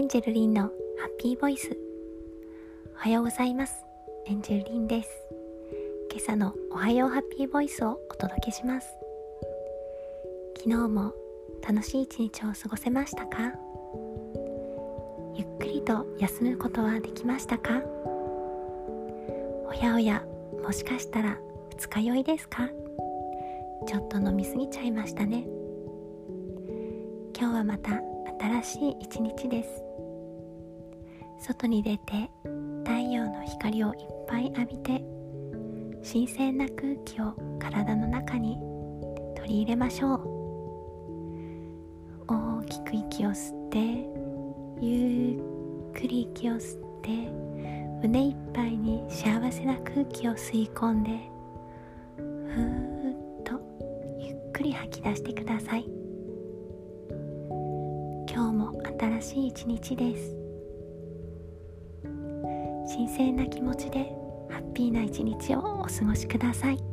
ンジェルリンのハッピーボイス。おはようございます。エンジェルリンです。今朝のおはようハッピーボイスをお届けします。昨日も楽しい一日を過ごせましたか？ゆっくりと休むことはできましたか？おやおや、もしかしたら二日酔いですか？ちょっと飲みすぎちゃいましたね。今日はまた新しい一日です。外に出て太陽の光をいっぱい浴びて、新鮮な空気を体の中に取り入れましょう。大きく息を吸って、ゆっくり息を吸って、胸いっぱいに幸せな空気を吸い込んで、ふーっとゆっくり吐き出してください。今日も新しい一日です。新鮮な気持ちでハッピーな一日をお過ごしください。